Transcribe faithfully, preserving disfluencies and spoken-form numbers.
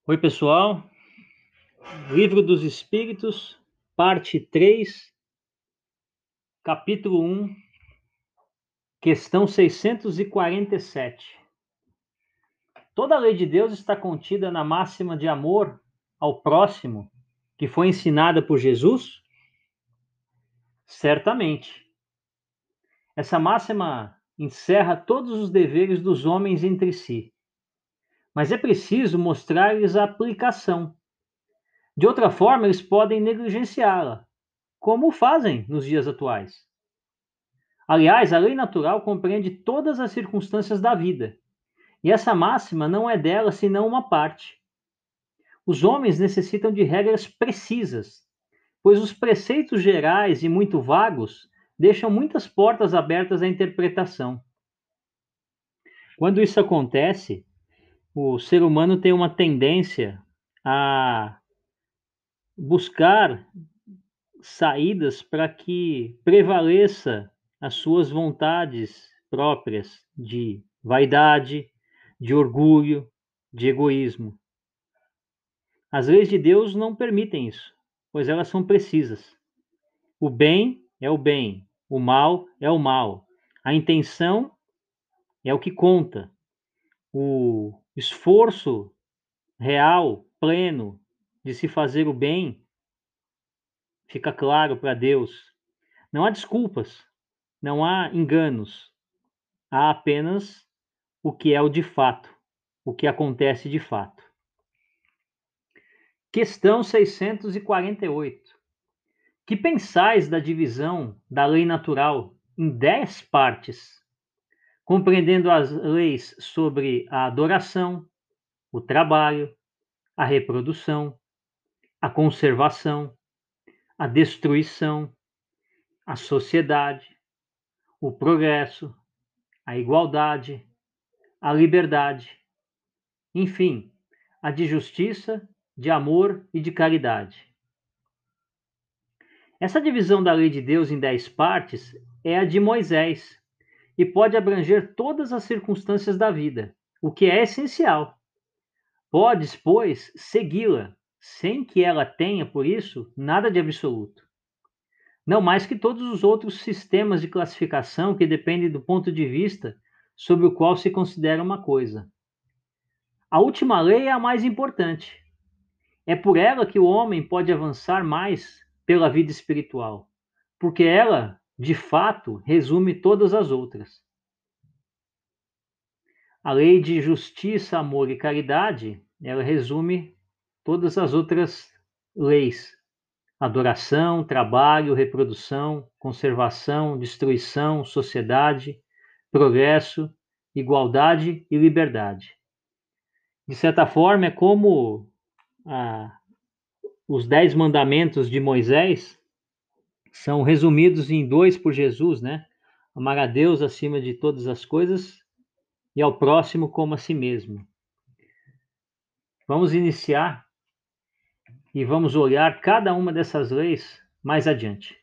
Oi, pessoal. Livro dos Espíritos, parte três, capítulo um, questão seiscentos e quarenta e sete. Toda a lei de Deus está contida na máxima de amor ao próximo que foi ensinada por Jesus? Certamente. Essa máxima encerra todos os deveres dos homens entre si, mas é preciso mostrar-lhes a aplicação. De outra forma, eles podem negligenciá-la, como fazem nos dias atuais. Aliás, a lei natural compreende todas as circunstâncias da vida, e essa máxima não é dela senão uma parte. Os homens necessitam de regras precisas, pois os preceitos gerais e muito vagos deixam muitas portas abertas à interpretação. Quando isso acontece, o ser humano tem uma tendência a buscar saídas para que prevaleça as suas vontades próprias de vaidade, de orgulho, de egoísmo. As leis de Deus não permitem isso, pois elas são precisas. O bem é o bem, o mal é o mal. A intenção é o que conta. O esforço real, pleno, de se fazer o bem fica claro para Deus. Não há desculpas, não há enganos, há apenas o que é o de fato, o que acontece de fato. Questão seiscentos e quarenta e oito. Que pensais da divisão da lei natural em dez partes, compreendendo as leis sobre a adoração, o trabalho, a reprodução, a conservação, a destruição, a sociedade, o progresso, a igualdade, a liberdade, enfim, a de justiça, de amor e de caridade. Essa divisão da lei de Deus em dez partes é a de Moisés e pode abranger todas as circunstâncias da vida, o que é essencial. Podes, pois, segui-la, sem que ela tenha, por isso, nada de absoluto. Não mais que todos os outros sistemas de classificação que dependem do ponto de vista sobre o qual se considera uma coisa. A última lei é a mais importante. É por ela que o homem pode avançar mais pela vida espiritual, porque ela, de fato, resume todas as outras. A lei de justiça, amor e caridade, ela resume todas as outras leis: adoração, trabalho, reprodução, conservação, destruição, sociedade, progresso, igualdade e liberdade. De certa forma, é como ah, os dez mandamentos de Moisés são resumidos em dois por Jesus, né? Amar a Deus acima de todas as coisas e ao próximo como a si mesmo. Vamos iniciar e vamos olhar cada uma dessas leis mais adiante.